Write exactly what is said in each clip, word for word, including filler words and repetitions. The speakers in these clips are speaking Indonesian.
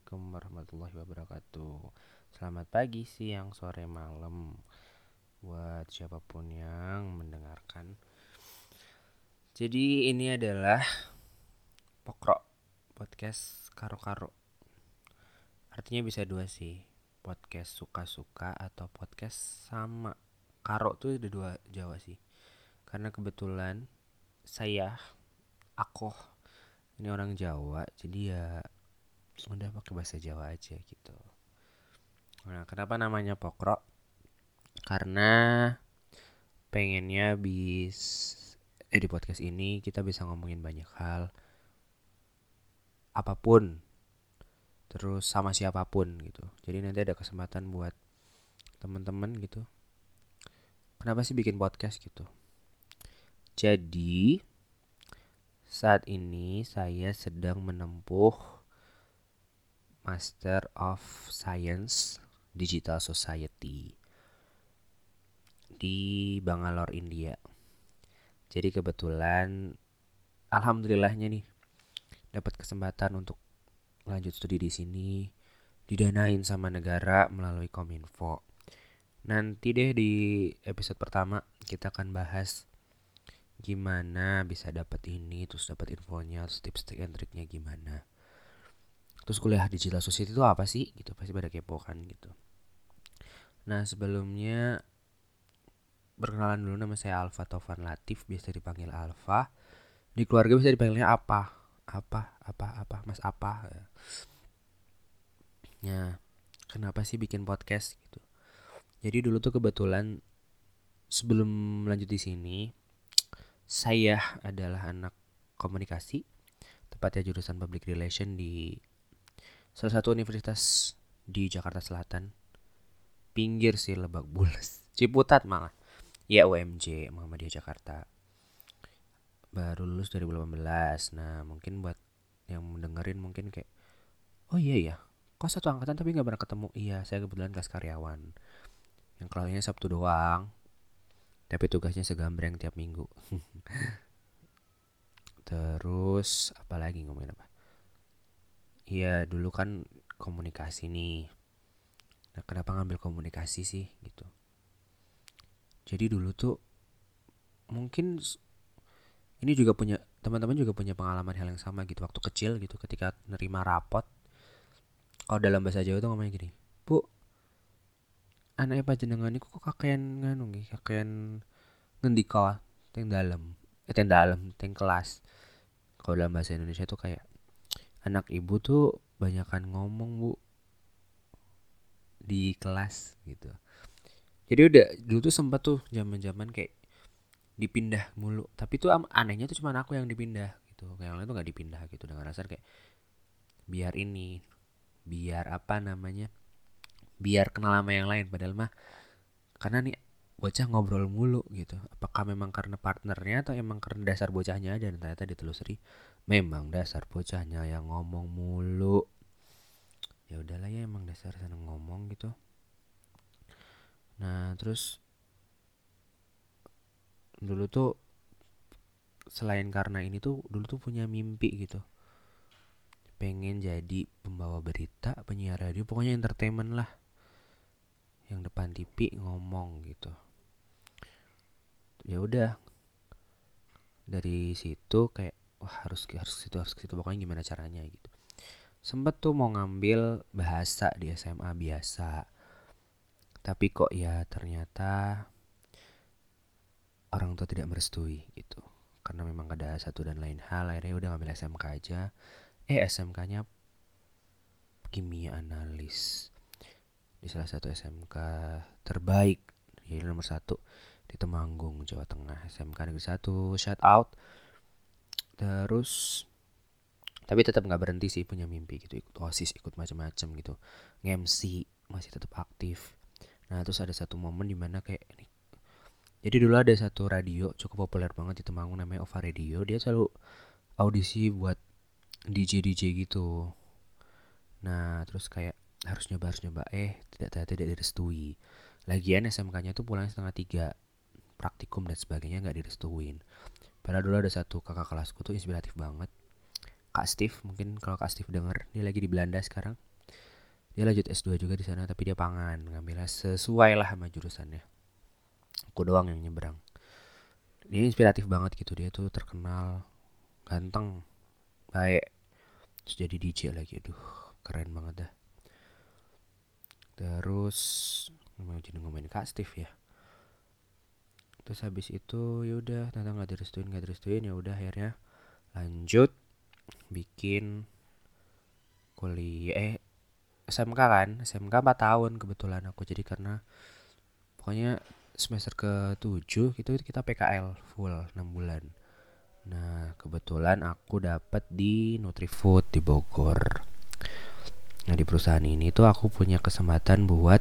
Assalamualaikum warahmatullahi wabarakatuh. Selamat pagi, siang, sore, malam buat siapapun yang mendengarkan. Jadi ini adalah Pokro Podcast Karo-Karo. Artinya bisa dua sih, podcast suka-suka atau podcast sama. Karo tuh ada dua Jawa sih. Karena kebetulan saya, aku ini orang Jawa, jadi ya udah pakai bahasa Jawa aja gitu. Nah, kenapa namanya Pokro? Karena pengennya bis eh, di podcast ini kita bisa ngomongin banyak hal, apapun, terus sama siapapun gitu. Jadi nanti ada kesempatan buat teman-teman gitu. Kenapa sih bikin podcast gitu? Jadi saat ini saya sedang menempuh Master of Science Digital Society di Bangalore, India. Jadi kebetulan alhamdulillahnya nih dapat kesempatan untuk lanjut studi di sini, didanain sama negara melalui Kominfo. Nanti deh di episode pertama kita akan bahas gimana bisa dapat ini, terus dapat infonya, terus tips and triknya gimana. Terus kuliah digital society itu apa sih? Gitu pasti pada kepo kan gitu. Nah, sebelumnya perkenalan dulu, nama saya Alfa Taufan Latif, biasa dipanggil Alfa. Di keluarga bisa dipanggilnya apa? Apa? Apa? Apa? Mas apa? Ya, kenapa sih bikin podcast gitu? Jadi dulu tuh kebetulan sebelum lanjut di sini, saya adalah anak komunikasi, tepatnya jurusan Public Relation di salah satu universitas di Jakarta Selatan. Pinggir sih, Lebak Bulus, Ciputat malah. Ya, U M J, Muhammadiyah Jakarta. Baru lulus dua ribu delapan belas. Nah, mungkin buat yang mendengarin mungkin kayak, oh iya ya, kok satu angkatan tapi nggak pernah ketemu. Iya, saya kebetulan kelas karyawan yang kelasnya Sabtu doang, tapi tugasnya segambreng tiap minggu. Terus apa lagi, ngomongin apa? Iya, dulu kan komunikasi nih. Nah, kenapa ngambil komunikasi sih gitu? Jadi dulu tuh mungkin ini juga punya teman-teman juga punya pengalaman hal yang sama gitu waktu kecil gitu, ketika nerima rapot. Kalau dalam bahasa Jawa tuh ngomongnya gini, Bu, anaknya panjenengan iku kok kakean nganu nggih, kakean ngendika teng dalam, eh teng dalam, teng kelas. Kalau dalam bahasa Indonesia tuh kayak, anak ibu tuh banyakan ngomong bu di kelas gitu. Jadi udah dulu tuh sempat tuh zaman-zaman kayak dipindah mulu. Tapi tuh anehnya tuh cuma aku yang dipindah gitu. Kayak yang lain tuh nggak dipindah gitu, dengan alasan kayak biar ini, biar apa namanya, biar kenal sama yang lain. Padahal mah karena nih bocah ngobrol mulu gitu. Apakah memang karena partnernya atau emang karena dasar bocahnya aja? Dan ternyata ditelusuri memang dasar bocahnya yang ngomong mulu. Ya udahlah ya, emang dasar seneng ngomong gitu. Nah, terus dulu tuh selain karena ini tuh dulu tuh punya mimpi gitu, pengen jadi pembawa berita, penyiar radio, pokoknya entertainment lah, yang depan T V ngomong gitu. Ya udah, dari situ kayak wah harus harus ke situ harus ke situ, pokoknya gimana caranya gitu. Sempet tuh mau ngambil bahasa di S M A biasa, tapi kok ya ternyata orang tua tidak merestui gitu, karena memang ada satu dan lain hal. Akhirnya udah ngambil S M K aja. Eh S M K-nya kimia analis di salah satu S M K terbaik, jadi nomor satu di Temanggung, Jawa Tengah, S M K Negeri satu, shout out. Terus tapi tetap nggak berhenti sih punya mimpi gitu, ikut osis, ikut macam-macam gitu, nge-M C masih tetap aktif. Nah, terus ada satu momen dimana kayak ini, jadi dulu ada satu radio cukup populer banget di Temanggung namanya Ova Radio. Dia selalu audisi buat D J D J gitu. Nah, terus kayak harus nyoba harus nyoba eh tidak tidak tidak direstui. Lagian S M K-nya tuh pulang setengah tiga, praktikum dan sebagainya nggak direstuin. Padahal dulu ada satu kakak kelasku tuh inspiratif banget, Kak Steve. Mungkin kalau Kak Steve denger, dia lagi di Belanda sekarang. Dia lanjut S dua juga di sana tapi dia pangan, ngambilnya sesuai lah sama jurusannya. Aku doang yang nyebrang. Dia inspiratif banget gitu, dia tuh terkenal ganteng, baik, terus jadi D J lagi. Aduh, keren banget dah. Terus mau jadi ngomongin Kak Steve ya. Terus habis itu yaudah ternyata nggak direstuin nggak direstuin ya udah akhirnya lanjut bikin kuliah eh S M K kan, S M K empat tahun kebetulan aku, jadi karena pokoknya semester ke tujuh gitu kita P K L full enam bulan. Nah kebetulan aku dapat di Nutrifood di Bogor. Nah di perusahaan ini tuh aku punya kesempatan buat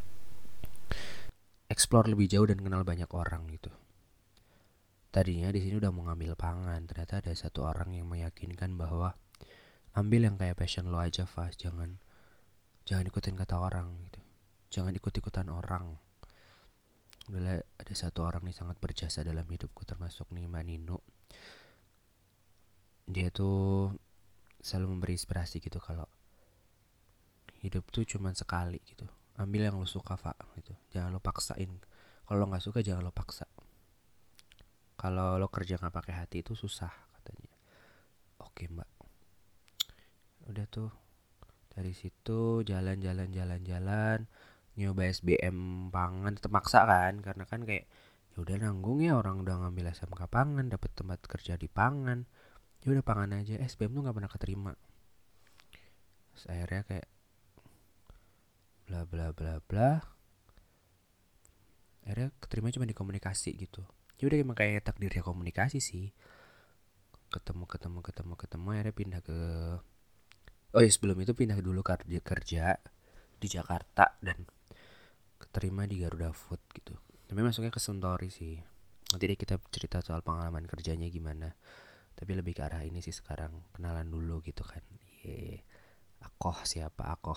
explore lebih jauh dan kenal banyak orang gitu. Tadinya di sini udah mau ngambil pangan, ternyata ada satu orang yang meyakinkan bahwa ambil yang kayak passion lo aja, Fas. Jangan jangan ikutin kata orang gitu. Jangan ikut-ikutan orang. Udah ada satu orang nih sangat berjasa dalam hidupku, termasuk nih Mbak Nino. Dia tuh selalu memberi inspirasi gitu kalau hidup tuh cuma sekali gitu. Ambil yang lo suka, Pak gitu. Jangan lo paksain. Kalau lo nggak suka jangan lo paksa. Kalau lo kerja nggak pakai hati itu susah katanya. Oke Mbak. Udah tuh dari situ jalan-jalan jalan-jalan nyoba S B M pangan, tetap maksa kan karena kan kayak ya udah nanggung ya orang udah ngambil S M K pangan dapat tempat kerja di pangan, ya udah pangan aja. S B M tuh nggak pernah keterima. Terus akhirnya kayak bla bla bla bla, akhirnya keterima cuma di komunikasi gitu. Ya udah emang kayak takdirnya komunikasi sih, ketemu ketemu ketemu ketemu akhirnya pindah ke oh ya sebelum itu pindah dulu kerja kerja di Jakarta dan keterima di Garuda Food gitu. Tapi masuknya ke Suntory sih. Nanti deh kita cerita soal pengalaman kerjanya gimana. Tapi lebih ke arah ini sih sekarang, kenalan dulu gitu kan. Ye, Akoh siapa Akoh.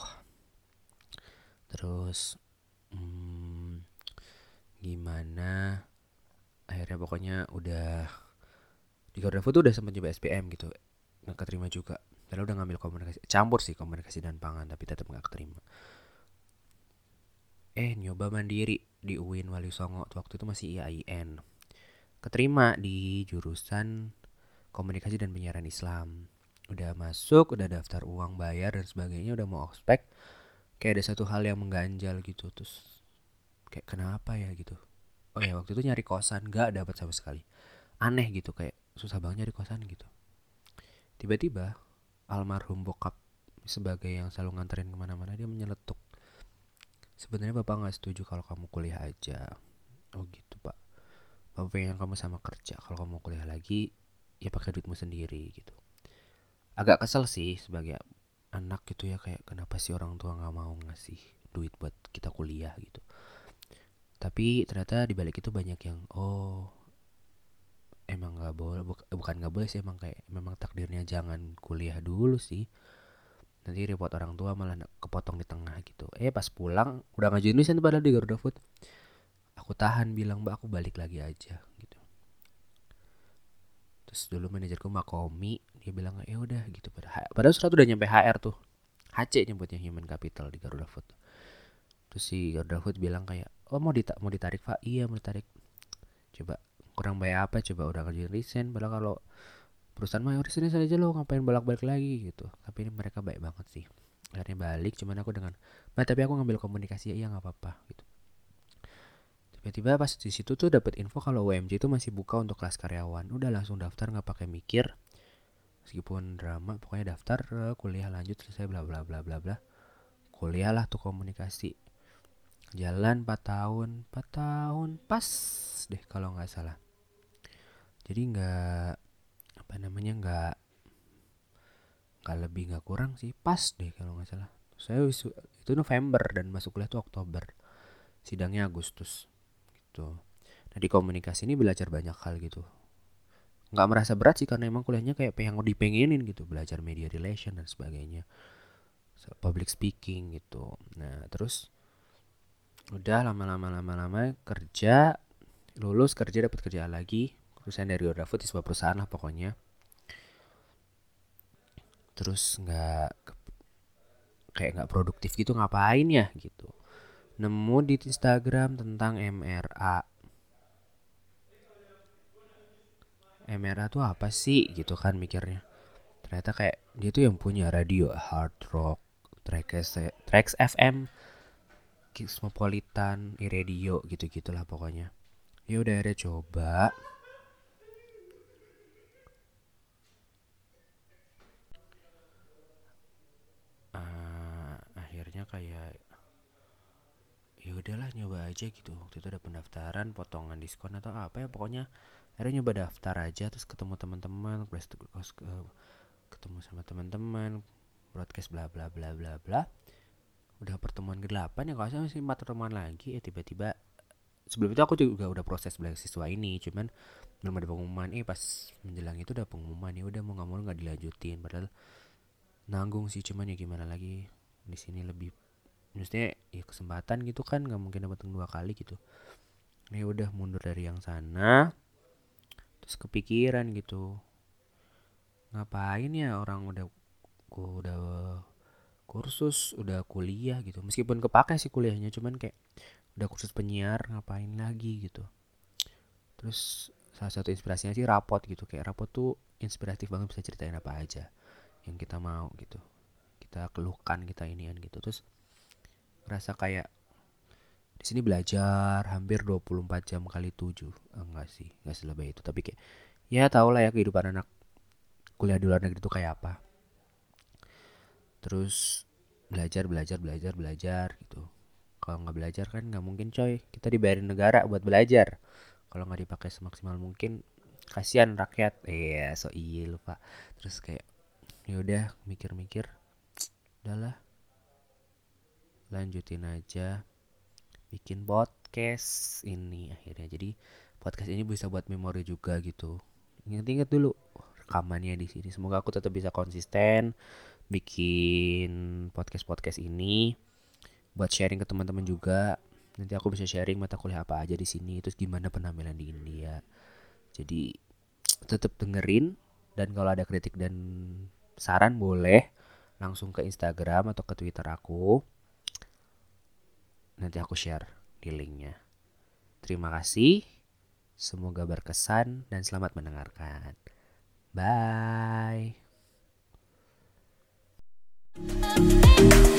Terus hmm, gimana? Akhirnya pokoknya udah di Garuda Food tuh udah sempet nyoba S B M gitu. Nggak keterima juga. Padahal udah ngambil komunikasi, campur sih komunikasi dan pangan, tapi tetap nggak keterima. Eh nyoba mandiri di U I N Wali Songo, waktu itu masih I A I N. Keterima di jurusan komunikasi dan penyiaran Islam. Udah masuk, udah daftar uang bayar dan sebagainya, udah mau ospek. Kayak ada satu hal yang mengganjal gitu, terus kayak kenapa ya gitu. Oh ya waktu itu nyari kosan gak dapat sama sekali. Aneh gitu, kayak susah banget nyari kosan gitu. Tiba-tiba almarhum bokap sebagai yang selalu nganterin kemana-mana dia menyeletuk, sebenarnya bapak nggak setuju kalau kamu kuliah aja. Oh gitu pak, bapak pengen kamu sama kerja, kalau kamu kuliah lagi ya pakai duitmu sendiri gitu. Agak kesel sih sebagai anak gitu ya, kayak kenapa sih orang tua nggak mau ngasih duit buat kita kuliah gitu. Tapi ternyata di balik itu banyak yang oh emang nggak boleh, bukan nggak boleh sih, emang kayak memang takdirnya jangan kuliah dulu sih, nanti repot orang tua malah kepotong di tengah gitu. Eh pas pulang udah ngajuin desain padahal di Garuda Food, aku tahan bilang mbak aku balik lagi aja gitu. Terus dulu manajerku Mbak Komi, dia bilang ya udah gitu, padahal padahal surat udah nyampe H R tuh, H C nyebutnya Human Capital di Garuda Food. Terus si Garuda Food bilang kayak oh mau dita- mau ditarik Pak, iya mau ditarik. Coba kurang bayar apa, coba udah ngajuin resign, padahal kalau perusahaan mah resign aja lo, ngapain bolak-balik lagi gitu. Tapi ini mereka baik banget sih, akhirnya balik. Cuman aku dengan mbak tapi aku ngambil komunikasi, ya iya nggak apa-apa gitu. Tiba-tiba pas di situ tuh dapat info kalau U M J itu masih buka untuk kelas karyawan. Udah langsung daftar nggak pakai mikir. Meskipun drama, pokoknya daftar kuliah lanjut selesai bla bla bla bla bla. Kuliah lah tuh komunikasi. Jalan empat tahun, empat tahun pas deh kalau nggak salah. Jadi nggak apa namanya nggak nggak lebih nggak kurang sih, pas deh kalau nggak salah. Saya itu November dan masuk kuliah tuh Oktober. Sidangnya Agustus gitu. Nah di komunikasi ini belajar banyak hal gitu. Nggak merasa berat sih karena emang kuliahnya kayak yang dipengenin gitu, belajar media relation dan sebagainya, public speaking gitu. Nah terus udah lama-lama lama-lama kerja, lulus kerja dapat kerjaan lagi, perusahaan dari Garuda Food di sebuah perusahaan lah pokoknya. Terus nggak kayak nggak produktif gitu, ngapain ya gitu. Nemu di Instagram tentang M R A. M R A tuh apa sih gitu kan mikirnya. Ternyata kayak dia tuh yang punya radio hard rock, Trax, Trax F M, Cosmopolitan, iRadio gitu-gitulah pokoknya. Ya udah ada coba. Uh, akhirnya kayak ya udahlah nyoba aja gitu. Waktu itu ada pendaftaran, potongan diskon atau apa ya pokoknya. Akhirnya nyoba daftar aja, terus ketemu teman-teman, ketemu sama teman-teman, broadcast bla bla bla bla bla. Udah pertemuan ke delapan ya, kalau saya masih empat pertemuan lagi ya tiba-tiba. Sebelum itu aku juga udah proses beasiswa ini, cuman belum ada pengumuman. Eh pas menjelang itu udah pengumuman, ya udah mau nggak mau nggak dilanjutin. Padahal nanggung sih, cuman ya gimana lagi, di sini lebih maksudnya ya kesempatan gitu kan, nggak mungkin dapat dua kali gitu. Ya udah mundur dari yang sana, terus kepikiran gitu, ngapain ya orang udah udah kursus, udah kuliah gitu. Meskipun kepake sih kuliahnya, cuman kayak udah kursus penyiar, ngapain lagi gitu. Terus salah satu inspirasinya sih rapot gitu. Kayak rapot tuh inspiratif banget, bisa ceritain apa aja yang kita mau gitu. Kita keluhkan, kita inian gitu. Terus ngerasa kayak di sini belajar hampir dua puluh empat jam kali tujuh. Eh, enggak sih, enggak selebay itu. Tapi kayak ya tau lah ya kehidupan anak kuliah di luar negeri itu kayak apa. Terus belajar, belajar, belajar, belajar gitu. Kalau nggak belajar kan nggak mungkin coy. Kita dibayarin negara buat belajar. Kalau nggak dipakai semaksimal mungkin, kasihan rakyat. Iya, so iya lupa. Terus kayak ya udah mikir-mikir, udahlah lanjutin aja bikin podcast ini akhirnya. Jadi podcast ini bisa buat memori juga gitu. Ingat-ingat dulu rekamannya di sini. Semoga aku tetap bisa konsisten bikin podcast-podcast ini buat sharing ke teman-teman juga. Nanti aku bisa sharing mata kuliah apa aja di sini, terus gimana penampilan di India. Jadi tetap dengerin, dan kalau ada kritik dan saran boleh langsung ke Instagram atau ke Twitter aku. Nanti aku share di linknya. Terima kasih. Semoga berkesan dan selamat mendengarkan. Bye.